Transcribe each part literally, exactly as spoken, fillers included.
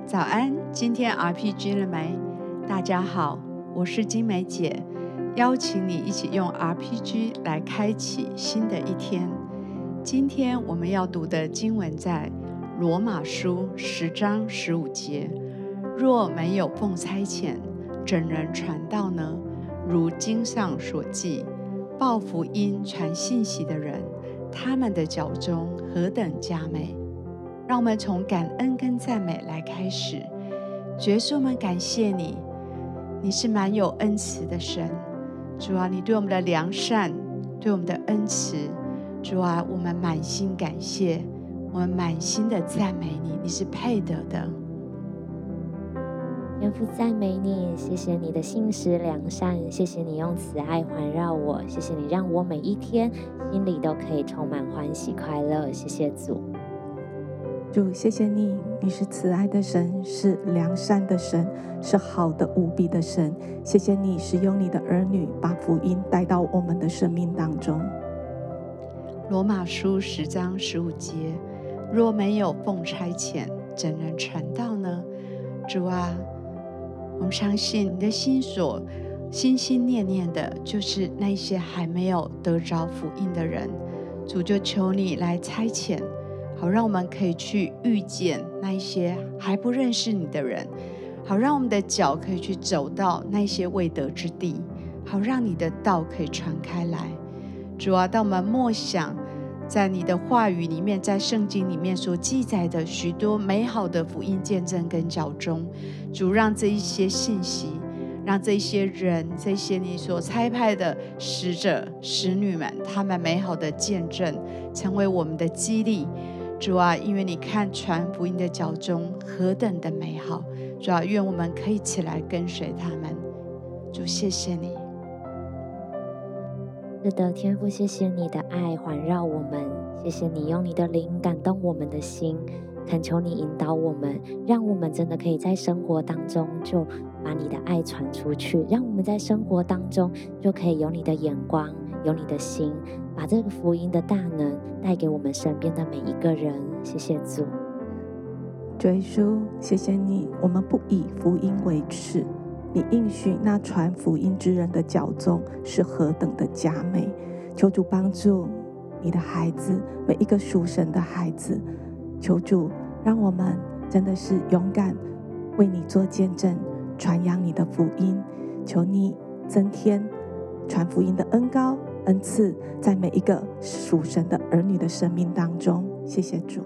早安，今天 R P G 了没？大家好，我是金梅姐，邀请你一起用 R P G 来开启新的一天。今天我们要读的经文在罗马书十章十五节，若没有奉差遣，怎能传道呢？如经上所记，报福音传信息的人，他们的脚中何等佳美。让我们从感恩跟赞美来开始。主耶稣，我们感谢你，你是满有恩慈的神。主啊，你对我们的良善，对我们的恩慈，主啊，我们满心感谢，我们满心的赞美你，你是配得的。 天父赞美你，谢谢你的信实良善，谢谢你用慈爱环绕我，谢谢你让我每一天心里都可以充满欢喜快乐，谢谢主。 主，谢谢你，你是慈爱的神，是良善的神，是好的无比的神。谢谢你使用你的儿女把福音带到我们的生命当中。 罗马书十章十五节，若没有奉差遣，怎能传道呢？主啊，我们相信你的心所心心念念的就是那些还没有得着福音的人。主，就求你来差遣，好让我们可以去遇见那些还不认识你的人，好让我们的脚可以去走到那些未得之地，好让你的道可以传开来。主啊，当我们默想在你的话语里面，在圣经里面所记载的许多美好的福音见证跟脚踪，主让这一些信息，让这些人，这些你所差派的使者使女们，他们美好的见证成为我们的激励。主啊，因为你看传福音的脚踪何等的美好，主啊，愿我们可以起来跟随他们。主，谢谢你。 是的，天父，谢谢你的爱环绕我们，谢谢你用你的灵感动我们的心，恳求你引导我们，让我们真的可以在生活当中就把你的爱传出去，让我们在生活当中就可以有你的眼光，有你的心，把这个福音的大能带给我们身边的每一个人。谢谢主。 主耶稣，谢谢你，我们不以福音为耻，你应许那传福音之人的脚踪是何等的佳美。求主帮助你的孩子，每一个属神的孩子，求主让我们真的是勇敢为你做见证，传扬你的福音。求你增添传福音的恩膏恩赐在每一个属神的儿女的生命当中。谢谢主。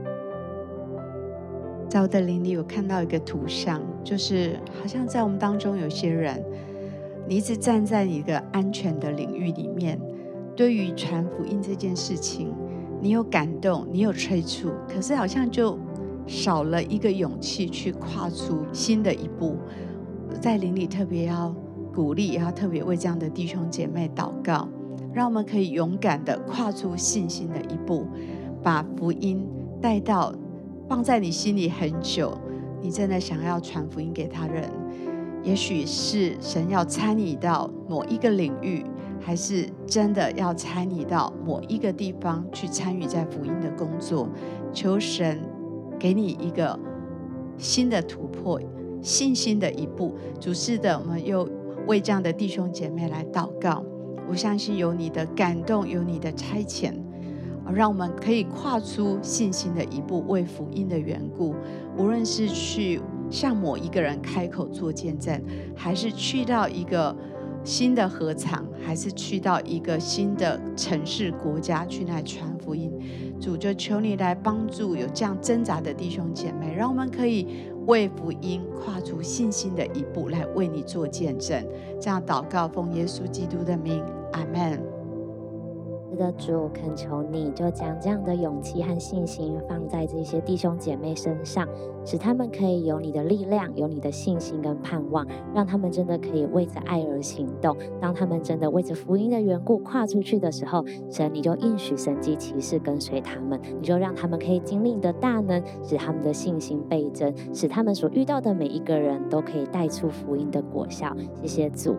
在我的灵里，我看到一个图像，就是好像在我们当中有些人，你一直站在一个安全的领域里面，对于传福音这件事情，你有感动，你有催促，可是好像就少了一个勇气去跨出新的一步。在灵里特别要鼓励，也要特别为这样的弟兄姐妹祷告，让我们可以勇敢的跨出信心的一步，把福音带到放在你心里很久，你真的想要传福音给他人，也许是神要参你到某一个领域，还是真的要参你到某一个地方去参与在福音的工作。求神给你一个新的突破，信心的一步。主是的，我们又为这样的弟兄姐妹来祷告。我相信有你的感动，有你的差遣，让我们可以跨出信心的一步，为福音的缘故，无论是去向某一个人开口做见证，还是去到一个新的禾场，还是去到一个新的城市国家去来传福音。主，就求你来帮助有这样挣扎的弟兄姐妹，让我们可以为福音跨出信心的一步，来为你做见证。这样祷告，奉耶稣基督的名，阿们。 是的，主，恳求你就将这样的勇气和信心放在这些弟兄姐妹身上，使他们可以有你的力量，有你的信心跟盼望，让他们真的可以为着爱而行动。当他们真的为着福音的缘故跨出去的时候，神你就应许神迹奇事跟随他们，你就让他们可以经历你的大能，使他们的信心倍增，使他们所遇到的每一个人都可以带出福音的果效。谢谢主。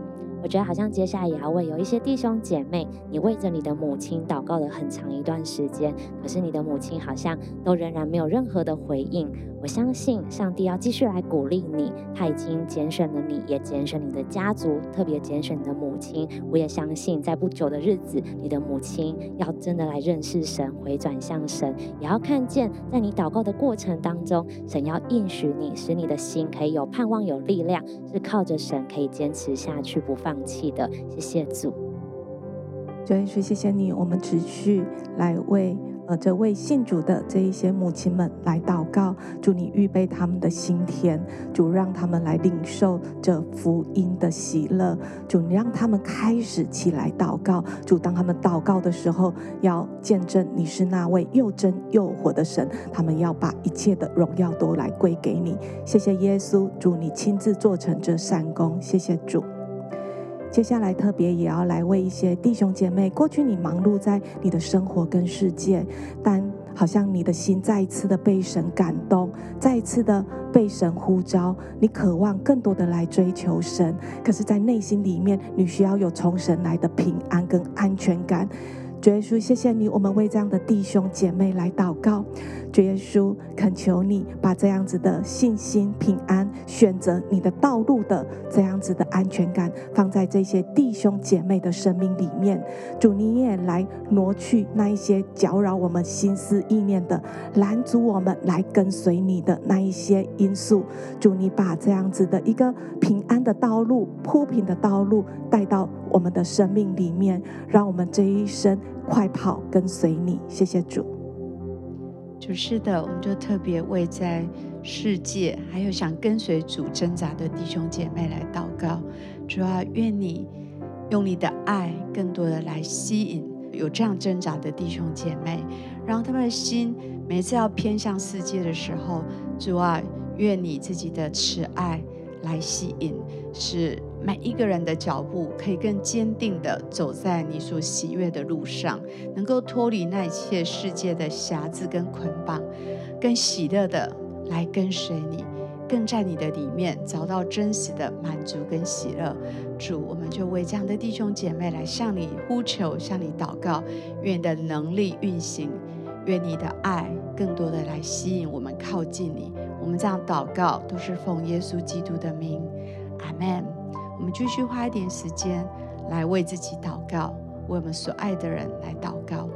我觉得好像接下来也要为有一些弟兄姐妹，你为着你的母亲祷告了很长一段时间，可是你的母亲好像都仍然没有任何的回应。我相信上帝要继续来鼓励你，他已经拣选了你，也拣选你的家族，特别拣选你的母亲。我也相信在不久的日子，你的母亲要真的来认识神，回转向神，也要看见在你祷告的过程当中，神要应许你，使你的心可以有盼望有力量，是靠着神可以坚持下去不放弃的。谢谢主。 主耶稣，谢谢你，我们持续来为呃这位信主的这一些母亲们来祷告。主，你预备他们的心田，主让他们来领受这福音的喜乐。主，你让他们开始起来祷告。主，当他们祷告的时候，要见证你是那位又真又活的神，他们要把一切的荣耀都来归给你。谢谢耶稣，主，你亲自做成这善工。谢谢主。接下来特别也要来为一些弟兄姐妹，过去你忙碌在你的生活跟世界，但好像你的心再一次的被神感动，再一次的被神呼召，你渴望更多的来追求神，可是在内心里面你需要有从神来的平安跟安全感。主耶稣，谢谢你，我们为这样的弟兄姐妹来祷告。主耶稣，恳求你把这样子的信心、平安、选择你的道路的这样子的安全感放在这些弟兄姐妹的生命里面。主，你也来挪去那一些搅扰我们心思意念的，拦阻我们来跟随你的那一些因素。主，你把这样子的一个平安的道路、铺平的道路带到我们的生命里面，让我们这一生快跑跟随你。谢谢主。 主，是的，我们就特别为在世界还有想跟随主挣扎的弟兄姐妹来祷告。主啊，愿你用你的爱更多的来吸引有这样挣扎的弟兄姐妹，让他们的心每次要偏向世界的时候，主啊，愿你自己的慈爱来吸引，使每一个人的脚步可以更坚定地走在你所喜悦的路上，能够脱离那一切世界的辖制跟捆绑，更喜乐的来跟随你，更在你的里面找到真实的满足跟喜乐。主，我们就为这样的弟兄姐妹来向你呼求，向你祷告，愿你的能力运行，愿你的爱更多的来吸引我们靠近你。我们这样祷告都是奉耶稣基督的名，阿们。我们继续花一点时间来为自己祷告，为我们所爱的人来祷告。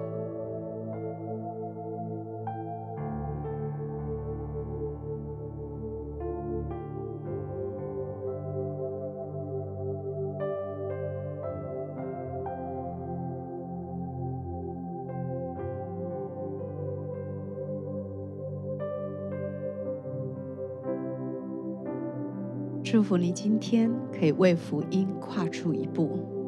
祝福你今天可以为福音跨出一步。